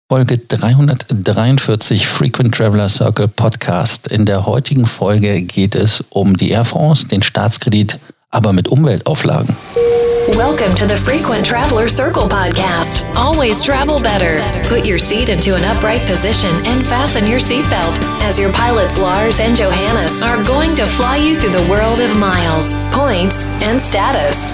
Folge 343 Frequent Traveler Circle Podcast. In der heutigen Folge geht es um die Air France, den Staatskredit, aber mit Umweltauflagen. Welcome to the Frequent Traveler Circle Podcast. Always travel better. Put your seat into an upright position and fasten your seatbelt as your pilots Lars and Johannes are going to fly you through the world of miles, points and status.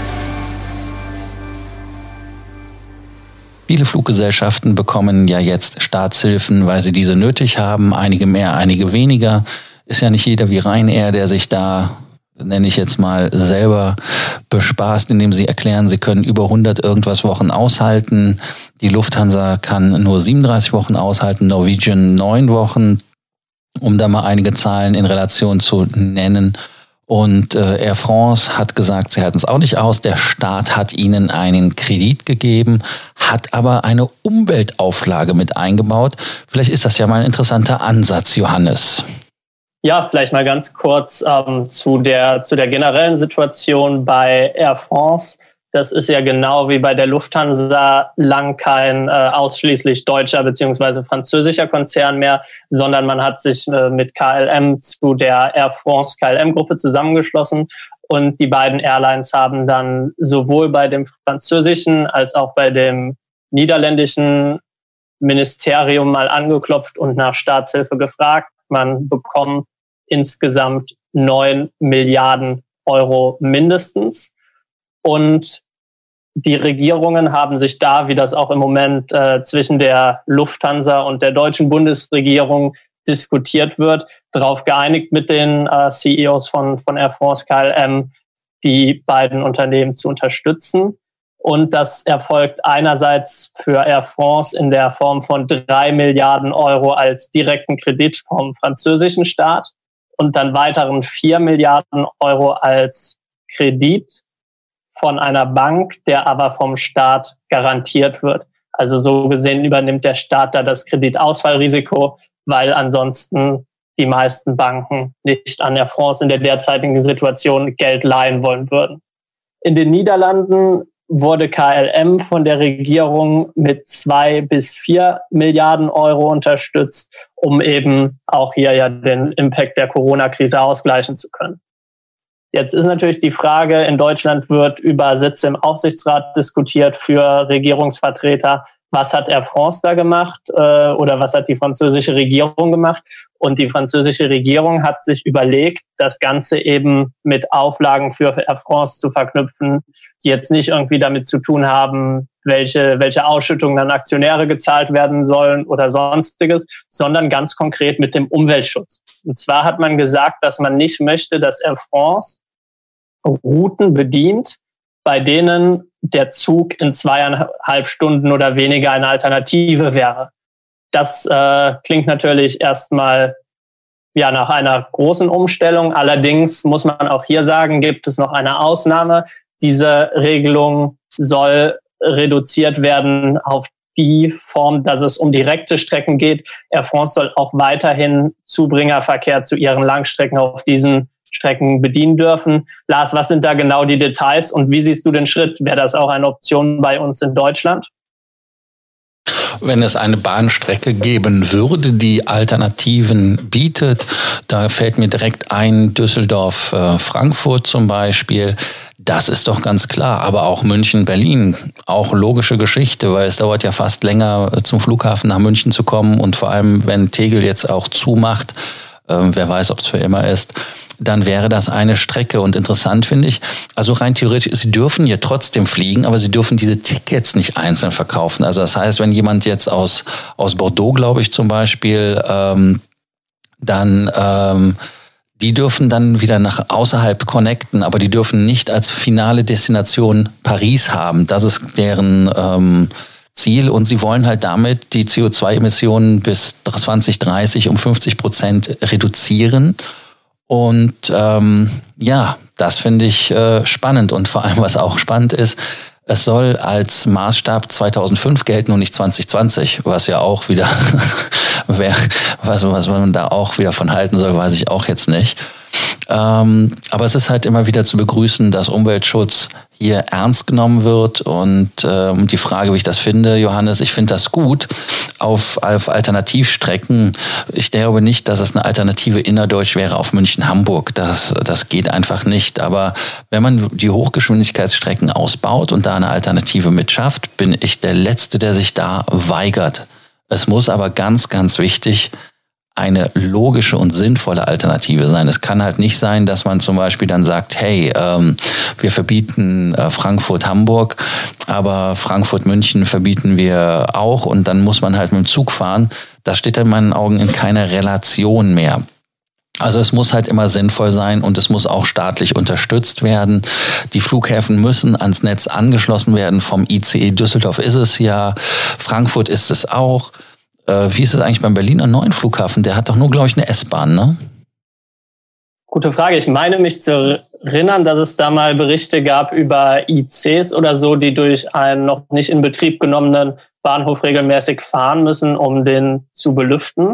Viele Fluggesellschaften bekommen ja jetzt Staatshilfen, weil sie diese nötig haben. Einige mehr, einige weniger. Ist ja nicht jeder wie Ryanair, der sich da, nenne ich jetzt mal, selber bespaßt, indem sie erklären, sie können über 100 irgendwas Wochen aushalten. Die Lufthansa kann nur 37 Wochen aushalten, Norwegian 9 Wochen, um da mal einige Zahlen in Relation zu nennen. Und Air France hat gesagt, sie halten es auch nicht aus. Der Staat hat ihnen einen Kredit gegeben, hat aber eine Umweltauflage mit eingebaut. Vielleicht ist das ja mal ein interessanter Ansatz, Johannes. Ja, vielleicht mal ganz kurz zu der generellen Situation bei Air France. Das ist ja genau wie bei der Lufthansa lang kein ausschließlich deutscher bzw. französischer Konzern mehr, sondern man hat sich mit KLM zu der Air France KLM-Gruppe zusammengeschlossen und die beiden Airlines haben dann sowohl bei dem französischen als auch bei dem niederländischen Ministerium mal angeklopft und nach Staatshilfe gefragt. Man bekommt insgesamt 9 Milliarden Euro mindestens. Und die Regierungen haben sich da, wie das auch im Moment zwischen der Lufthansa und der deutschen Bundesregierung diskutiert wird, darauf geeinigt mit den CEOs von Air France KLM, die beiden Unternehmen zu unterstützen. Und das erfolgt einerseits für Air France in der Form von 3 Milliarden Euro als direkten Kredit vom französischen Staat und dann weiteren 4 Milliarden Euro als Kredit von einer Bank, der aber vom Staat garantiert wird. Also so gesehen übernimmt der Staat da das Kreditausfallrisiko, weil ansonsten die meisten Banken nicht an Air France in der derzeitigen Situation Geld leihen wollen würden. In den Niederlanden wurde KLM von der Regierung mit 2 bis 4 Milliarden Euro unterstützt, um eben auch hier ja den Impact der Corona-Krise ausgleichen zu können. Jetzt ist natürlich die Frage, in Deutschland wird über Sitze im Aufsichtsrat diskutiert für Regierungsvertreter. Was hat Air France da gemacht oder was hat die französische Regierung gemacht? Und die französische Regierung hat sich überlegt, das Ganze eben mit Auflagen für Air France zu verknüpfen, die jetzt nicht irgendwie damit zu tun haben, welche Ausschüttungen an Aktionäre gezahlt werden sollen oder sonstiges, sondern ganz konkret mit dem Umweltschutz. Und zwar hat man gesagt, dass man nicht möchte, dass Air France Routen bedient, bei denen der Zug in 2,5 Stunden oder weniger eine Alternative wäre. Das klingt natürlich erstmal ja nach einer großen Umstellung. Allerdings muss man auch hier sagen, gibt es noch eine Ausnahme. Diese Regelung soll reduziert werden auf die Form, dass es um direkte Strecken geht. Air France soll auch weiterhin Zubringerverkehr zu ihren Langstrecken auf diesen Strecken bedienen dürfen. Lars, was sind da genau die Details und wie siehst du den Schritt? Wäre das auch eine Option bei uns in Deutschland? Wenn es eine Bahnstrecke geben würde, die Alternativen bietet, da fällt mir direkt ein Düsseldorf-Frankfurt zum Beispiel. Das ist doch ganz klar, aber auch München, Berlin, auch logische Geschichte, weil es dauert ja fast länger zum Flughafen nach München zu kommen und vor allem, wenn Tegel jetzt auch zumacht, wer weiß, ob es für immer ist, dann wäre das eine Strecke. Und interessant finde ich, also rein theoretisch, sie dürfen ja trotzdem fliegen, aber sie dürfen diese Tickets nicht einzeln verkaufen. Also das heißt, wenn jemand jetzt aus Bordeaux, glaube ich zum Beispiel, die dürfen dann wieder nach außerhalb connecten, aber die dürfen nicht als finale Destination Paris haben. Das ist deren Ziel und sie wollen halt damit die CO2-Emissionen bis 2030 um 50% reduzieren. Und das finde ich spannannend und vor allem, was auch spannend ist, es soll als Maßstab 2005 gelten und nicht 2020, was ja auch wieder, was man da auch wieder von halten soll, weiß ich auch jetzt nicht. Aber es ist halt immer wieder zu begrüßen, dass Umweltschutz hier ernst genommen wird. Und die Frage, wie ich das finde, Johannes, ich finde das gut auf Alternativstrecken. Ich glaube nicht, dass es eine Alternative innerdeutsch wäre auf München-Hamburg. Das geht einfach nicht. Aber wenn man die Hochgeschwindigkeitsstrecken ausbaut und da eine Alternative mitschafft, bin ich der Letzte, der sich da weigert. Es muss aber ganz, ganz wichtig eine logische und sinnvolle Alternative sein. Es kann halt nicht sein, dass man zum Beispiel dann sagt, hey, wir verbieten Frankfurt-Hamburg, aber Frankfurt-München verbieten wir auch und dann muss man halt mit dem Zug fahren. Das steht in meinen Augen in keiner Relation mehr. Also es muss halt immer sinnvoll sein und es muss auch staatlich unterstützt werden. Die Flughäfen müssen ans Netz angeschlossen werden. Vom ICE Düsseldorf ist es ja, Frankfurt ist es auch. Wie ist es eigentlich beim Berliner neuen Flughafen? Der hat doch nur, glaube ich, eine S-Bahn, ne? Gute Frage. Ich meine mich zu erinnern, dass es da mal Berichte gab über ICs oder so, die durch einen noch nicht in Betrieb genommenen Bahnhof regelmäßig fahren müssen, um den zu belüften.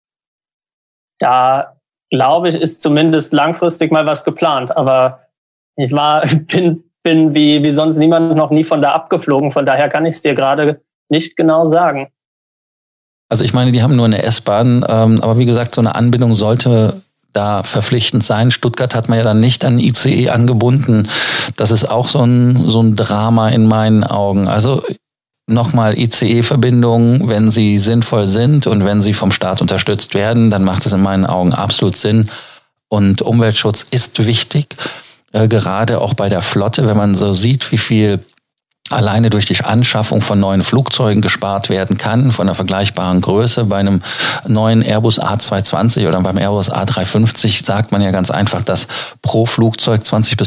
Da, glaube ich, ist zumindest langfristig mal was geplant. Aber ich bin wie sonst niemand noch nie von da abgeflogen. Von daher kann ich es dir gerade nicht genau sagen. Also ich meine, die haben nur eine S-Bahn, aber wie gesagt, so eine Anbindung sollte da verpflichtend sein. Stuttgart hat man ja dann nicht an ICE angebunden. Das ist auch so ein Drama in meinen Augen. Also nochmal ICE-Verbindungen, wenn sie sinnvoll sind und wenn sie vom Staat unterstützt werden, dann macht es in meinen Augen absolut Sinn. Und Umweltschutz ist wichtig, gerade auch bei der Flotte, wenn man so sieht, wie viel alleine durch die Anschaffung von neuen Flugzeugen gespart werden kann, von einer vergleichbaren Größe. Bei einem neuen Airbus A220 oder beim Airbus A350 sagt man ja ganz einfach, dass pro Flugzeug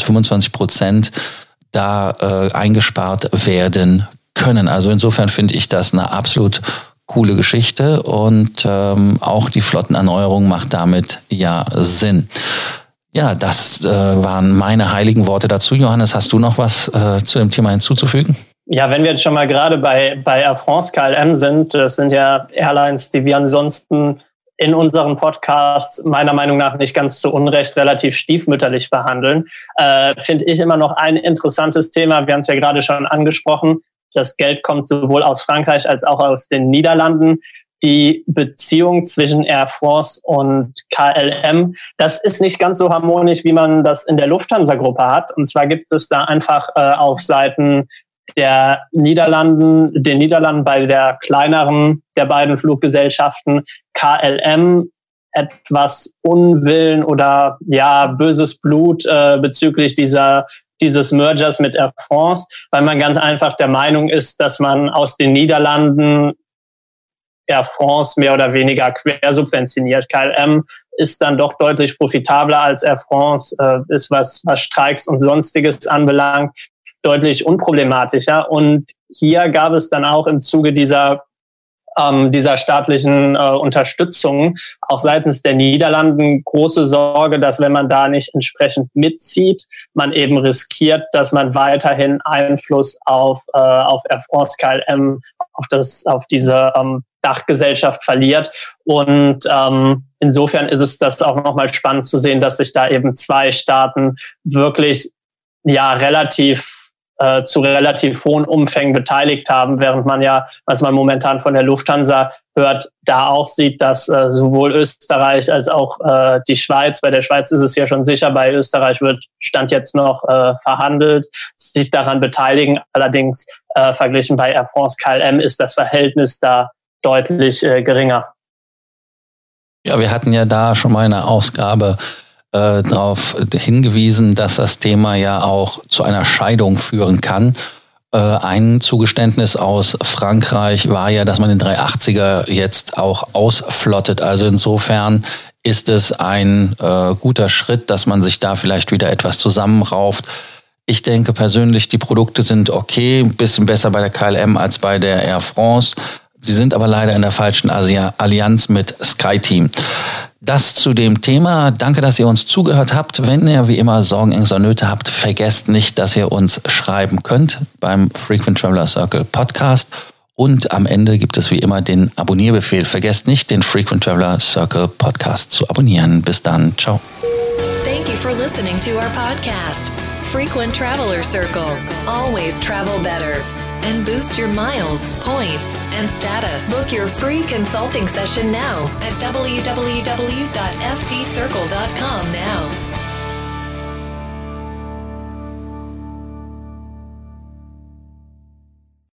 20-25% da eingespart werden können. Also insofern finde ich das eine absolut coole Geschichte und auch die Flottenerneuerung macht damit ja Sinn. Ja, das waren meine heiligen Worte dazu. Johannes, hast du noch was zu dem Thema hinzuzufügen? Ja, wenn wir jetzt schon mal gerade bei Air France KLM sind, das sind ja Airlines, die wir ansonsten in unseren Podcasts meiner Meinung nach nicht ganz zu Unrecht relativ stiefmütterlich behandeln, finde ich immer noch ein interessantes Thema. Wir haben es ja gerade schon angesprochen. Das Geld kommt sowohl aus Frankreich als auch aus den Niederlanden. Die Beziehung zwischen Air France und KLM, das ist nicht ganz so harmonisch, wie man das in der Lufthansa-Gruppe hat. Und zwar gibt es da einfach auf Seiten den Niederlanden bei der kleineren der beiden Fluggesellschaften KLM etwas Unwillen oder ja böses Blut bezüglich dieses Mergers mit Air France, weil man ganz einfach der Meinung ist, dass man aus den Niederlanden Air France mehr oder weniger quersubventioniert. KLM ist dann doch deutlich profitabler als Air France, ist was Streiks und Sonstiges anbelangt, deutlich unproblematischer. Und hier gab es dann auch im Zuge dieser staatlichen Unterstützung auch seitens der Niederlanden große Sorge, dass wenn man da nicht entsprechend mitzieht, man eben riskiert, dass man weiterhin Einfluss auf Air France KLM, auf diese Dachgesellschaft verliert. Und insofern ist es das auch nochmal spannend zu sehen, dass sich da eben zwei Staaten wirklich zu relativ hohen Umfängen beteiligt haben, während man ja, was man momentan von der Lufthansa hört, da auch sieht, dass sowohl Österreich als auch die Schweiz, bei der Schweiz ist es ja schon sicher, bei Österreich wird Stand jetzt noch verhandelt, sich daran beteiligen. Allerdings verglichen bei Air France KLM ist das Verhältnis da deutlich geringer. Ja, wir hatten ja da schon mal eine Ausgabe darauf hingewiesen, dass das Thema ja auch zu einer Scheidung führen kann. Ein Zugeständnis aus Frankreich war ja, dass man den 380er jetzt auch ausflottet. Also insofern ist es ein guter Schritt, dass man sich da vielleicht wieder etwas zusammenrauft. Ich denke persönlich, die Produkte sind okay, ein bisschen besser bei der KLM als bei der Air France. Sie sind aber leider in der falschen Allianz mit SkyTeam. Das zu dem Thema. Danke, dass ihr uns zugehört habt. Wenn ihr wie immer Sorgen, Ängste, Nöte habt, vergesst nicht, dass ihr uns schreiben könnt beim Frequent Traveler Circle Podcast. Und am Ende gibt es wie immer den Abonnierbefehl. Vergesst nicht, den Frequent Traveler Circle Podcast zu abonnieren. Bis dann. Ciao. Thank you for listening to our podcast, Frequent Traveler Circle. Always travel better. And boost your miles, points, and status. Book your free consulting session now at www.ftcircle.com now.